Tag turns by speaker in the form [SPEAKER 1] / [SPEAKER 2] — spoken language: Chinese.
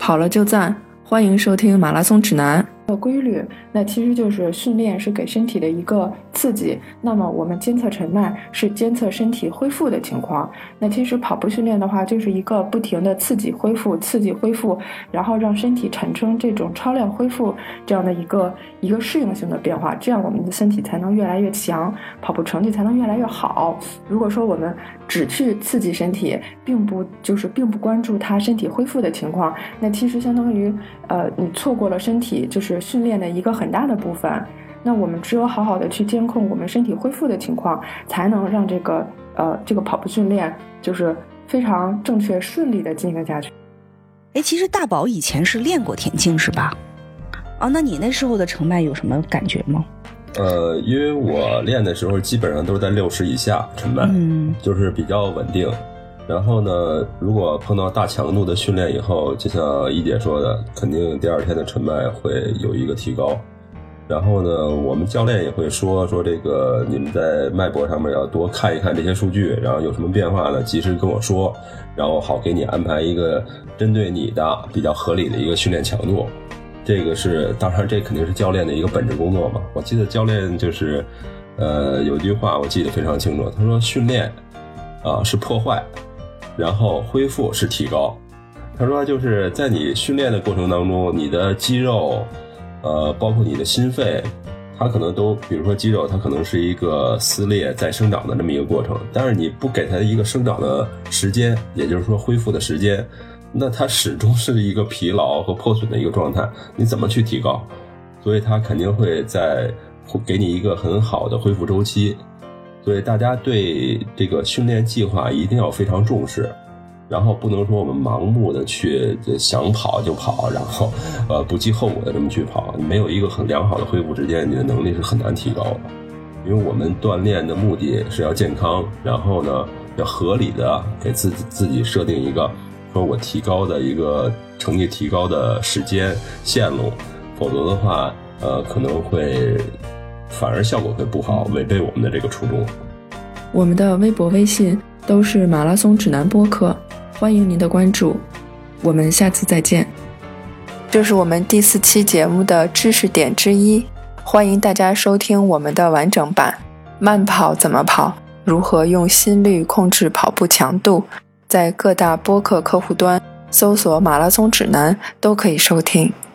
[SPEAKER 1] 跑了就赞，欢迎收听马拉松指南。
[SPEAKER 2] 规律，那其实就是训练是给身体的一个刺激，那么我们监测晨脉是监测身体恢复的情况。那其实跑步训练的话，就是一个不停的刺激恢复，刺激恢复，然后让身体产生这种超量恢复这样的一个适应性的变化，这样我们的身体才能越来越强，跑步成绩才能越来越好。如果说我们只去刺激身体，并不关注它身体恢复的情况，那其实相当于你错过了身体就是训练的一个很大的部分。那我们只有好好的去监控我们身体恢复的情况，才能让这个跑步训练就是非常正确顺利的进行下去。
[SPEAKER 3] 其实大宝以前是练过田径是吧？那你那时候的成败有什么感觉吗？
[SPEAKER 4] 因为我练的时候基本上都是在60以下成败，就是比较稳定。然后呢，如果碰到大强度的训练以后，就像一姐说的，肯定第二天的成败会有一个提高。然后呢，我们教练也会说这个你们在脉搏上面要多看一看这些数据，然后有什么变化呢，及时跟我说，然后好给你安排一个针对你的比较合理的一个训练强度。这个是当然，这肯定是教练的一个本职工作嘛。我记得教练就是有句话我记得非常清楚，他说训练是破坏，然后恢复是提高。他说就是在你训练的过程当中，你的肌肉包括你的心肺，它可能都，比如说肌肉它可能是一个撕裂再生长的这么一个过程，但是你不给它一个生长的时间，也就是说恢复的时间，那它始终是一个疲劳和破损的一个状态，你怎么去提高？所以它肯定会给你一个很好的恢复周期。所以大家对这个训练计划一定要非常重视，然后不能说我们盲目的去想跑就跑，然后不计后果的这么去跑，你没有一个很良好的恢复时间，你的能力是很难提高的。因为我们锻炼的目的是要健康，然后呢要合理的给自己设定一个说我提高的一个成绩提高的时间线路，否则的话可能会反而效果会不好，违背我们的这个初衷。
[SPEAKER 1] 我们的微博微信都是马拉松指南播客，欢迎您的关注，我们下次再见。这是我们第4期节目的知识点之一，欢迎大家收听我们的完整版。慢跑怎么跑？如何用心率控制跑步强度？在各大播客客户端搜索马拉松指南都可以收听。